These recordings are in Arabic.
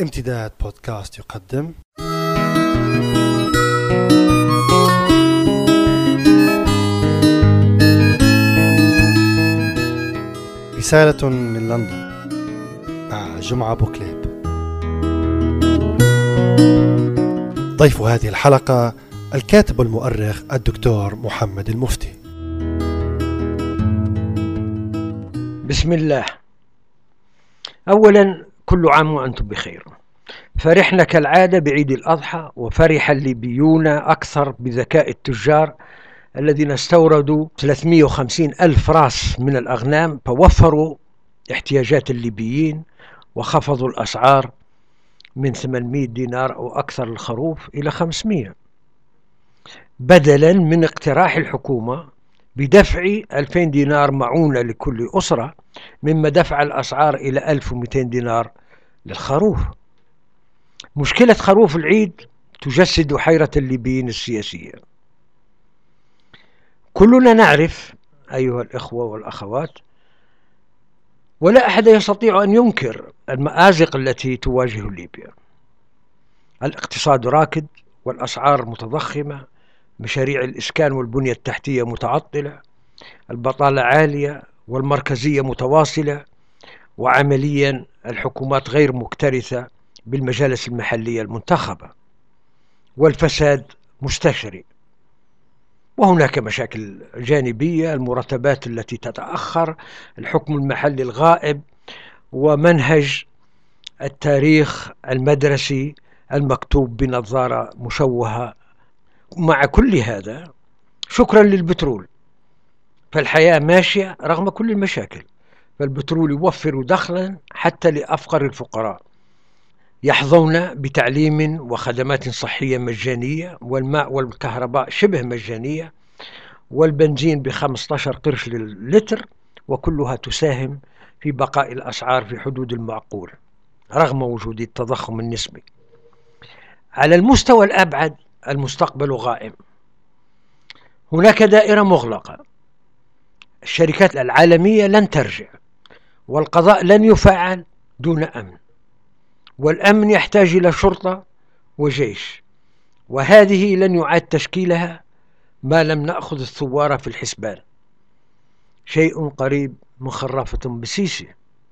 امتداد بودكاست يقدم رسالة من لندن مع جمعة بوكليب. ضيف هذه الحلقة الكاتب والمؤرخ الدكتور محمد المفتي. بسم الله. أولا كل عام وأنتم بخير. فرحنا كالعادة بعيد الأضحى، وفرح الليبيون أكثر بذكاء التجار الذين استوردوا 350 ألف راس من الأغنام، فوفروا احتياجات الليبيين وخفضوا الأسعار من 800 دينار أو أكثر الخروف إلى 500، بدلا من اقتراح الحكومة بدفع 2000 دينار معونة لكل أسرة، مما دفع الأسعار إلى 1200 دينار للخروف. مشكلة خروف العيد تجسد حيرة الليبيين السياسية. كلنا نعرف أيها الإخوة والأخوات، ولا أحد يستطيع أن ينكر المآزق التي تواجه ليبيا. الاقتصاد راكد والأسعار متضخمة، مشاريع الإسكان والبنية التحتية متعطلة، البطالة عالية والمركزية متواصلة، وعمليا الحكومات غير مكترثة بالمجالس المحلية المنتخبة، والفساد مستشري. وهناك مشاكل جانبية، المرتبات التي تتأخر، الحكم المحلي الغائب، ومنهج التاريخ المدرسي المكتوب بنظارة مشوهة. مع كل هذا، شكرا للبترول فالحياة ماشية رغم كل المشاكل، فالبترول يوفر دخلا حتى لأفقر الفقراء، يحظون بتعليم وخدمات صحية مجانية، والماء والكهرباء شبه مجانية، والبنزين ب15 قرش للتر، وكلها تساهم في بقاء الأسعار في حدود المعقول رغم وجود التضخم النسبي. على المستوى الأبعد المستقبل غائم. هناك دائرة مغلقة، الشركات العالمية لن ترجع، والقضاء لن يفعل دون أمن، والأمن يحتاج إلى شرطة وجيش، وهذه لن يعاد تشكيلها ما لم نأخذ الثوار في الحسبان. شيء قريب من خرافة بسيسي.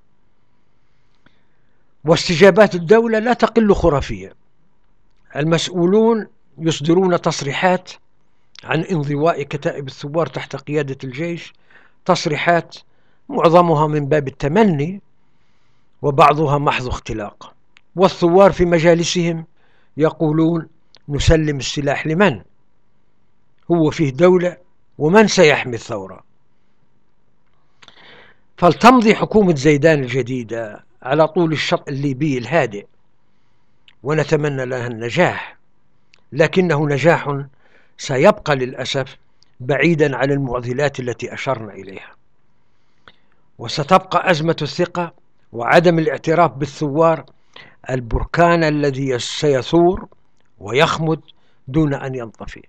واستجابات الدولة لا تقل خرافية. المسؤولون يصدرون تصريحات عن انضواء كتائب الثوار تحت قيادة الجيش، تصريحات معظمها من باب التمني وبعضها محض اختلاق، والثوار في مجالسهم يقولون نسلم السلاح لمن؟ هو فيه دولة، ومن سيحمي الثورة؟ فلتمضي حكومة زيدان الجديدة على طول الشط الليبي الهادئ، ونتمنى لها النجاح، لكنه نجاح سيبقى للأسف بعيدا عن المعضلات التي أشرنا إليها، وستبقى أزمة الثقة وعدم الاعتراف بالثوار البركان الذي سيثور ويخمد دون أن ينطفئ.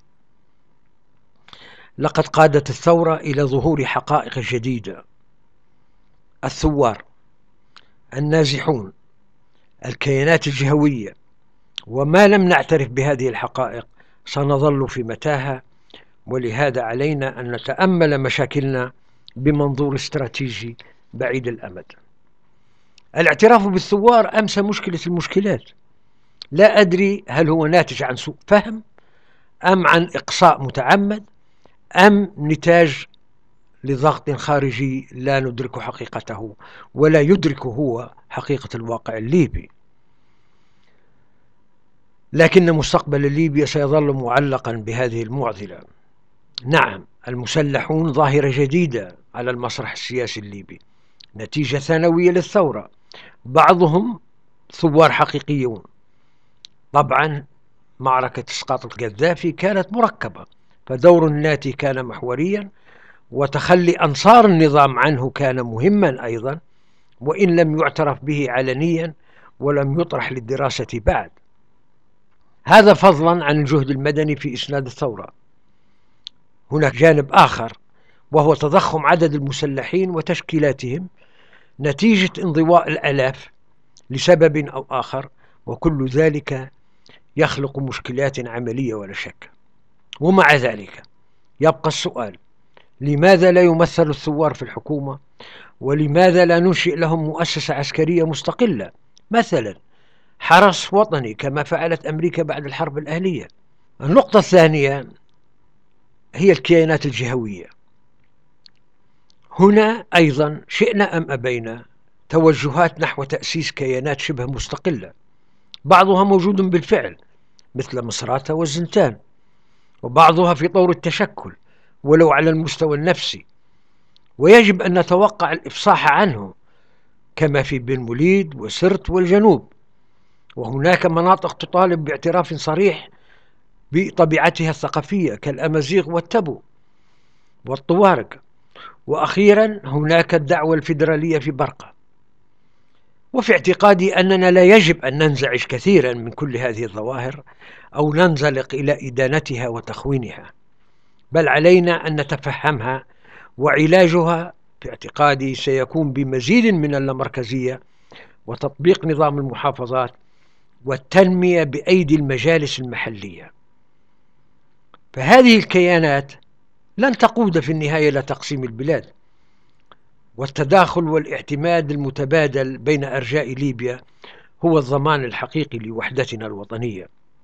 لقد قادت الثورة إلى ظهور حقائق جديدة. الثوار، النازحون، الكيانات الجهوية، وما لم نعترف بهذه الحقائق سنظل في متاهة، ولهذا علينا أن نتأمل مشاكلنا بمنظور استراتيجي بعيد الأمد. الاعتراف بالثوار أمس مشكلة المشكلات. لا أدري هل هو ناتج عن سوء فهم، أم عن إقصاء متعمد، أم نتاج لضغط خارجي لا ندرك حقيقته، ولا يدرك هو حقيقة الواقع الليبي. لكن مستقبل ليبيا سيظل معلقا بهذه المعضلة. نعم، المسلحون ظاهرة جديدة على المسرح السياسي الليبي، نتيجة ثانوية للثورة. بعضهم ثوار حقيقيون. طبعا معركة إسقاط القذافي كانت مركبة، فدور الناتي كان محوريا، وتخلي أنصار النظام عنه كان مهما أيضا، وإن لم يعترف به علنيا ولم يطرح للدراسة بعد. هذا فضلا عن الجهد المدني في إسناد الثورة. هناك جانب آخر، وهو تضخم عدد المسلحين وتشكيلاتهم نتيجة انضواء الآلاف لسبب أو آخر، وكل ذلك يخلق مشكلات عملية ولا شك. ومع ذلك يبقى السؤال: لماذا لا يمثل الثوار في الحكومة؟ ولماذا لا ننشئ لهم مؤسسة عسكرية مستقلة، مثلا حرس وطني كما فعلت أمريكا بعد الحرب الأهلية؟ النقطة الثانية هي الكيانات الجهوية. هنا أيضا شئنا أم أبينا توجهات نحو تأسيس كيانات شبه مستقلة، بعضها موجود بالفعل مثل مصراتة والزنتان، وبعضها في طور التشكل ولو على المستوى النفسي، ويجب أن نتوقع الإفصاح عنه كما في بن موليد وسرت والجنوب. وهناك مناطق تطالب باعتراف صريح بطبيعتها الثقافية كالأمازيغ والتبو والطوارق. وأخيرا هناك الدعوة الفيدرالية في برقة. وفي اعتقادي أننا لا يجب أن ننزعج كثيرا من كل هذه الظواهر أو ننزلق إلى إدانتها وتخوينها، بل علينا أن نتفهمها، وعلاجها في اعتقادي سيكون بمزيد من اللامركزية وتطبيق نظام المحافظات والتنمية بأيدي المجالس المحلية. فهذه الكيانات لن تقود في النهاية إلى تقسيم البلاد والتداخل والاعتماد المتبادل بين أرجاء ليبيا هو الضمان الحقيقي لوحدتنا الوطنية،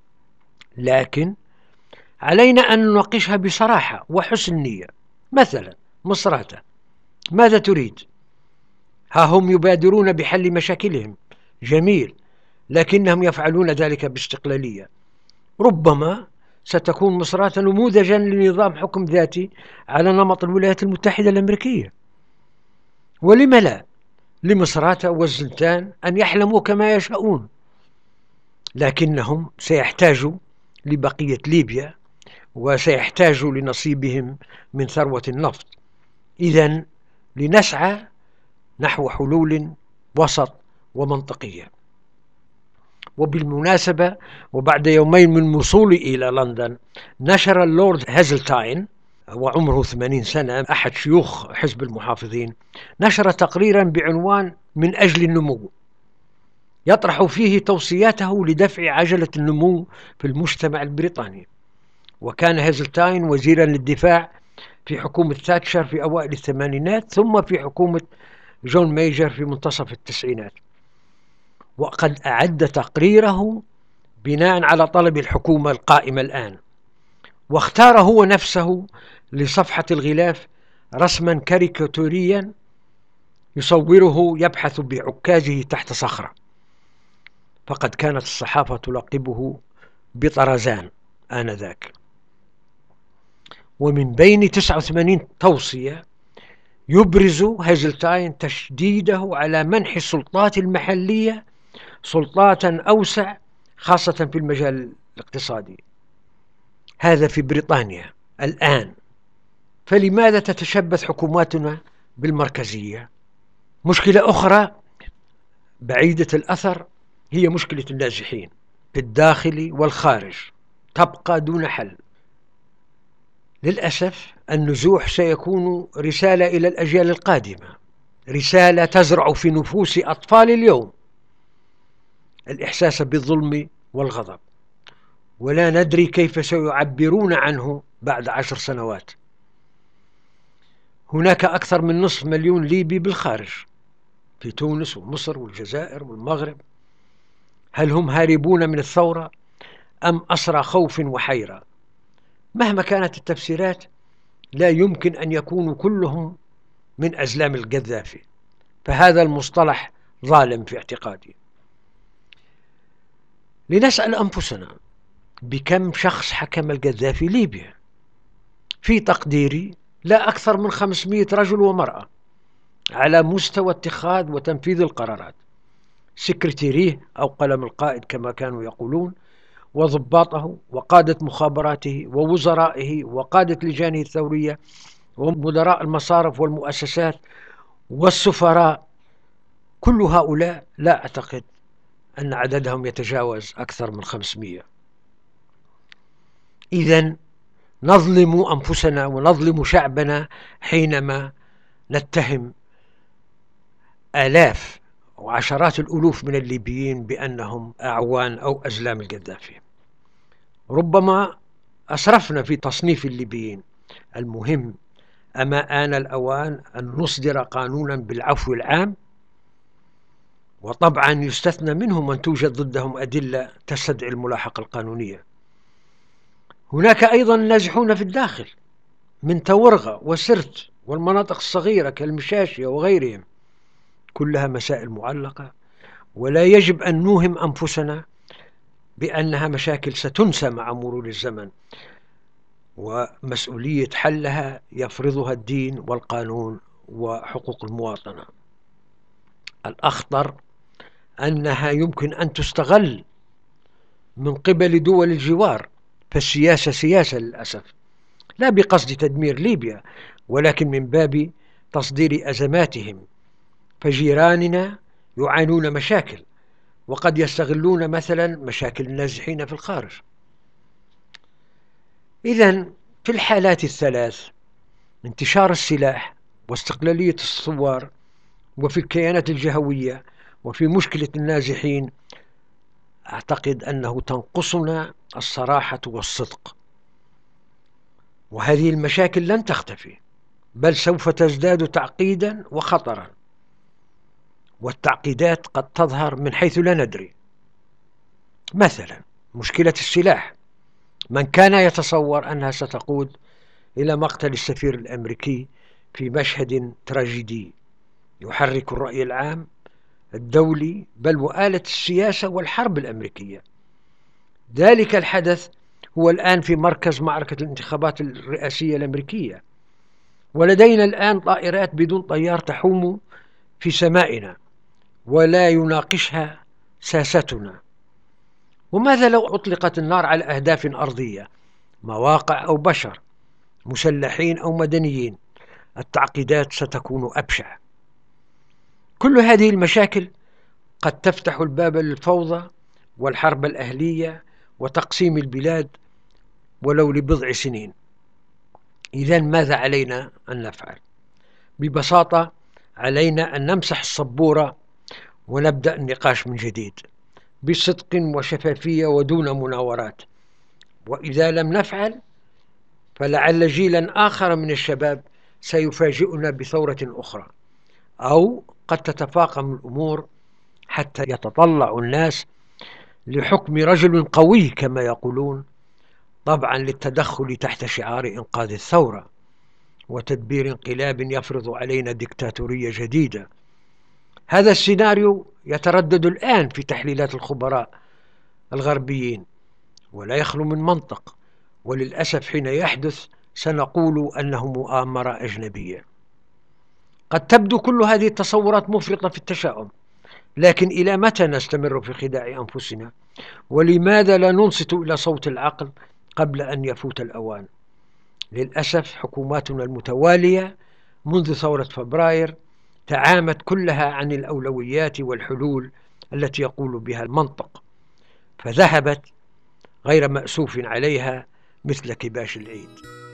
لكن علينا أن نناقشها بصراحة وحسن نية. مثلا مصراتة، ماذا تريد؟ ها هم يبادرون بحل مشاكلهم، جميل، لكنهم يفعلون ذلك باستقلالية. ربما ستكون مصراتة نموذجا لنظام حكم ذاتي على نمط الولايات المتحدة الأمريكية. ولم لا لمصراتة والزنتان أن يحلموا كما يشاءون، لكنهم سيحتاجوا لبقية ليبيا وسيحتاجوا لنصيبهم من ثروة النفط. إذن لنسعى نحو حلول وسط ومنطقية. وبالمناسبة، وبعد يومين من وصولي إلى لندن، نشر اللورد هازلتاين وعمره 80 سنة أحد شيوخ حزب المحافظين، نشر تقريرا بعنوان من أجل النمو، يطرح فيه توصياته لدفع عجلة النمو في المجتمع البريطاني. وكان هازلتاين وزيرا للدفاع في حكومة تاتشر في أوائل الثمانينات، ثم في حكومة جون ميجر في منتصف التسعينات. وقد أعد تقريره بناء على طلب الحكومة القائمة الآن، واختار هو نفسه لصفحة الغلاف رسما كاريكاتوريا يصوره يبحث بعكازه تحت صخرة، فقد كانت الصحافة تلقبه بطرزان آنذاك. ومن بين 89 توصية يبرز هازلتاين تشديده على منح السلطات المحلية سلطات أوسع، خاصة في المجال الاقتصادي. هذا في بريطانيا الآن، فلماذا تتشبث حكوماتنا بالمركزية؟ مشكلة أخرى بعيدة الأثر هي مشكلة النازحين في الداخل والخارج، تبقى دون حل. للأسف النزوح سيكون رسالة إلى الأجيال القادمة، رسالة تزرع في نفوس أطفال اليوم الإحساس بالظلم والغضب، ولا ندري كيف سيعبرون عنه بعد 10 سنوات. هناك أكثر من 500,000 ليبي بالخارج، في تونس ومصر والجزائر والمغرب. هل هم هاربون من الثورة أم أسرى خوف وحيرة؟ مهما كانت التفسيرات لا يمكن أن يكونوا كلهم من أزلام القذافي، فهذا المصطلح ظالم في اعتقادي. لنسأل أنفسنا بكم شخص حكم القذافي ليبيا؟ في تقديري لا أكثر من 500 رجل ومرأة على مستوى اتخاذ وتنفيذ القرارات، سكرتيريه أو قلم القائد كما كانوا يقولون، وضباطه وقادة مخابراته ووزرائه وقادة لجانه الثورية ومدراء المصارف والمؤسسات والسفراء. كل هؤلاء لا أعتقد أن عددهم يتجاوز أكثر من 500. إذن نظلم أنفسنا ونظلم شعبنا حينما نتهم آلاف وعشرات الألوف من الليبيين بأنهم أعوان أو أزلام القذافي. ربما أسرفنا في تصنيف الليبيين. المهم، أما آن الأوان أن نصدر قانونا بالعفو العام، وطبعا يستثنى منهم من توجد ضدهم أدلة تستدعي الملاحقة القانونية. هناك أيضا نازحون في الداخل من تورغة وسرت والمناطق الصغيرة كالمشاشية وغيرهم، كلها مسائل معلقة، ولا يجب أن نوهم أنفسنا بأنها مشاكل ستنسى مع مرور الزمن، ومسؤولية حلها يفرضها الدين والقانون وحقوق المواطنة. الأخطر أنها يمكن أن تستغل من قبل دول الجوار، فالسياسة سياسة للأسف، لا بقصد تدمير ليبيا، ولكن من باب تصدير أزماتهم. فجيراننا يعانون مشاكل، وقد يستغلون مثلا مشاكل النازحين في الخارج. إذن في الحالات الثلاث، انتشار السلاح واستقلالية الثوار، وفي الكيانات الجهوية، وفي مشكلة النازحين، أعتقد أنه تنقصنا الصراحة والصدق، وهذه المشاكل لن تختفي، بل سوف تزداد تعقيدا وخطرا، والتعقيدات قد تظهر من حيث لا ندري. مثلا مشكلة السلاح، من كان يتصور أنها ستقود إلى مقتل السفير الأمريكي في مشهد تراجيدي يحرك الرأي العام الدولي بل وآلة السياسة والحرب الأمريكية. ذلك الحدث هو الآن في مركز معركة الانتخابات الرئاسية الأمريكية، ولدينا الآن طائرات بدون طيار تحوم في سمائنا ولا يناقشها ساستنا. وماذا لو أطلقت النار على أهداف أرضية، مواقع أو بشر، مسلحين أو مدنيين؟ التعقيدات ستكون أبشع. كل هذه المشاكل قد تفتح الباب للفوضى والحرب الأهلية وتقسيم البلاد ولو لبضع سنين. إذن ماذا علينا أن نفعل؟ ببساطة علينا أن نمسح السبورة ونبدأ النقاش من جديد بصدق وشفافية ودون مناورات. وإذا لم نفعل فلعل جيلا آخر من الشباب سيفاجئنا بثورة أخرى، أو قد تتفاقم الأمور حتى يتطلع الناس لحكم رجل قوي كما يقولون، طبعا للتدخل تحت شعار إنقاذ الثورة وتدبير انقلاب يفرض علينا ديكتاتورية جديدة. هذا السيناريو يتردد الآن في تحليلات الخبراء الغربيين ولا يخلو من منطق، وللأسف حين يحدث سنقول أنه مؤامرة أجنبية. قد تبدو كل هذه التصورات مفرطة في التشاؤم، لكن إلى متى نستمر في خداع أنفسنا؟ ولماذا لا ننصت إلى صوت العقل قبل أن يفوت الأوان؟ للأسف حكوماتنا المتوالية منذ ثورة فبراير تعامت كلها عن الأولويات والحلول التي يقول بها المنطق، فذهبت غير مأسوف عليها مثل كباش العيد.